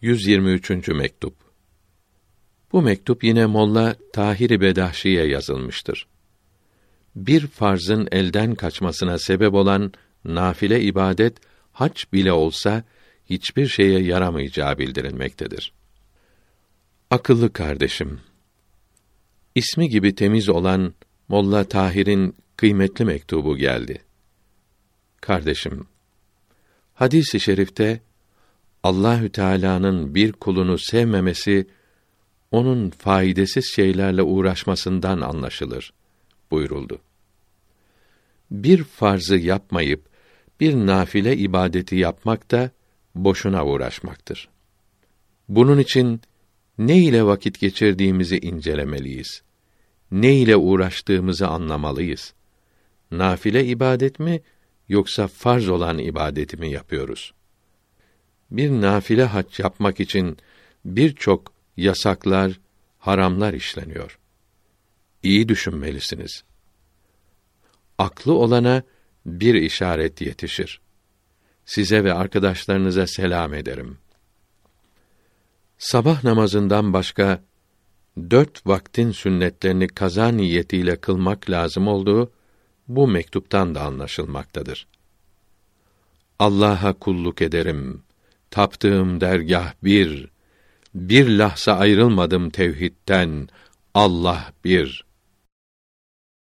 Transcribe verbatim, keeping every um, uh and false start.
yüz yirmi üçüncü mektup. Bu mektup yine Molla Tahir-i Bedahşi'ye yazılmıştır. Bir farzın elden kaçmasına sebep olan nafile ibadet, hac bile olsa hiçbir şeye yaramayacağı bildirilmektedir. Akıllı kardeşim, ismi gibi temiz olan Molla Tahir'in kıymetli mektubu geldi. Kardeşim, hadis-i şerifte Allahü Teala'nın bir kulunu sevmemesi, onun faydasız şeylerle uğraşmasından anlaşılır buyuruldu. Bir farzı yapmayıp bir nafile ibadeti yapmak da boşuna uğraşmaktır. Bunun için ne ile vakit geçirdiğimizi incelemeliyiz. Ne ile uğraştığımızı anlamalıyız. Nafile ibadet mi yoksa farz olan ibadeti mi yapıyoruz? Bir nafile hac yapmak için birçok yasaklar, haramlar işleniyor. İyi düşünmelisiniz. Aklı olana bir işaret yetişir. Size ve arkadaşlarınıza selam ederim. Sabah namazından başka dört vaktin sünnetlerini kaza niyetiyle kılmak lazım olduğu bu mektuptan da anlaşılmaktadır. Allah'a kulluk ederim. Taptığım dergâh bir, bir lahza ayrılmadım tevhidten. Allah bir.